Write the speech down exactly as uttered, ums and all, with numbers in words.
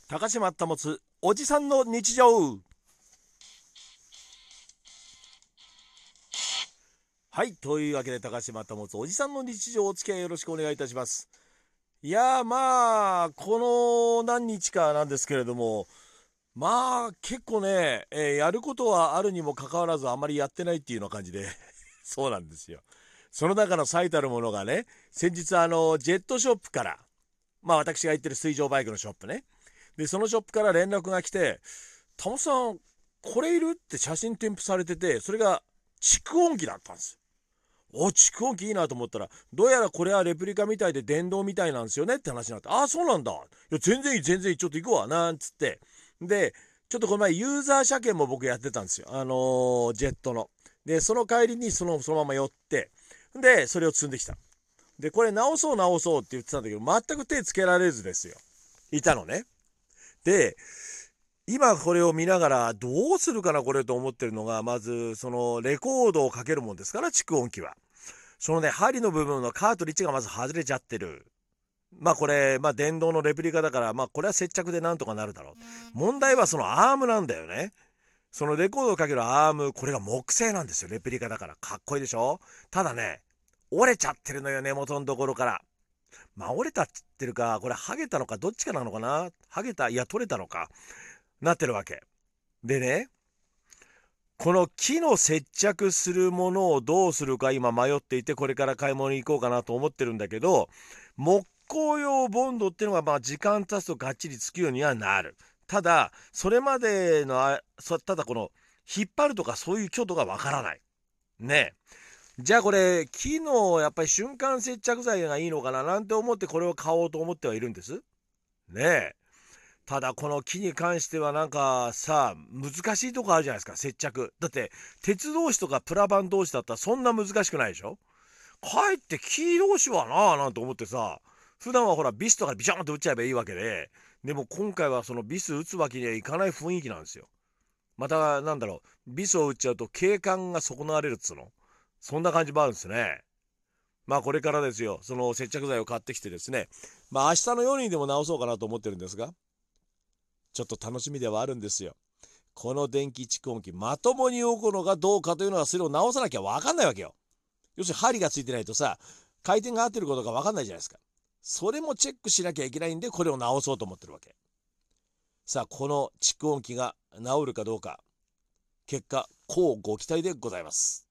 高島保つおじさんの日常。はい、というわけで高島保つおじさんの日常、お付き合いよろしくお願いいたします。いやー、まあこの何日かなんですけれども、まあ結構ね、えーやることはあるにもかかわらずあまりやってないっていうような感じでそうなんですよ。その中の最たるものがね、先日あのジェットショップから、まあ私が行ってる水上バイクのショップね、でそのショップから連絡が来て、タモさんこれいるって写真添付されてて、それが蓄音機だったんです。お、蓄音機いいなと思ったら、どうやらこれはレプリカみたいで電動みたいなんですよねって話になって、ああそうなんだ、いや全然いい全然いい、ちょっと行くわなんつって、でちょっとこの前ユーザー車検も僕やってたんですよ、あのージェットの。でその帰りにそのそのまま寄って、でそれを積んできた。でこれ直そう直そうって言ってたんだけど、全く手つけられずですよ、いたのね。で今これを見ながらどうするかなこれと思ってるのが、まずそのレコードをかけるもんですから、蓄音機はそのね、針の部分のカートリッジがまず外れちゃってる。まあこれ、まあ電動のレプリカだから、まあこれは接着でなんとかなるだろう。問題はそのアームなんだよね。そのレコードをかけるアーム、これが木製なんですよ。レプリカだから。かっこいいでしょ。ただね、折れちゃってるのよね、元のところから。まあ折れたってるか、これ剥げたのか、どっちかなのかな。剥げた、いや取れたのか。なってるわけ。でね、この木の接着するものをどうするか今迷っていて、これから買い物に行こうかなと思ってるんだけど、木工用ボンドっていうのがまあ時間経つとがっちりつくようにはなる。ただそれまでのあそただこの引っ張るとかそういう強度がわからないね。えじゃあこれ木のやっぱり瞬間接着剤がいいのかななんて思って、これを買おうと思ってはいるんですね。えただこの木に関してはなんかさ、難しいとこあるじゃないですか、接着。だって鉄同士とかプラ板同士だったらそんな難しくないでしょ。かえって木同士はなぁなんて思ってさ、普段はほらビスとかビションって打っちゃえばいいわけで、でも今回はそのビス打つわけにはいかない雰囲気なんですよ。またなんだろう、ビスを打っちゃうと景観が損なわれるっつうの、そんな感じもあるんですね。まあこれからですよ、その接着剤を買ってきてですね、まあ明日の夜にでも直そうかなと思ってるんですが、ちょっと楽しみではあるんですよ。この電気蓄音機まともに動くのかどうかというのは、それを直さなきゃ分かんないわけよ。要するに針がついてないとさ、回転が合ってることが分かんないじゃないですか。それもチェックしなきゃいけないんで、これを直そうと思ってるわけ。さあこの蓄音機が直るかどうか、結果乞うご期待でございます。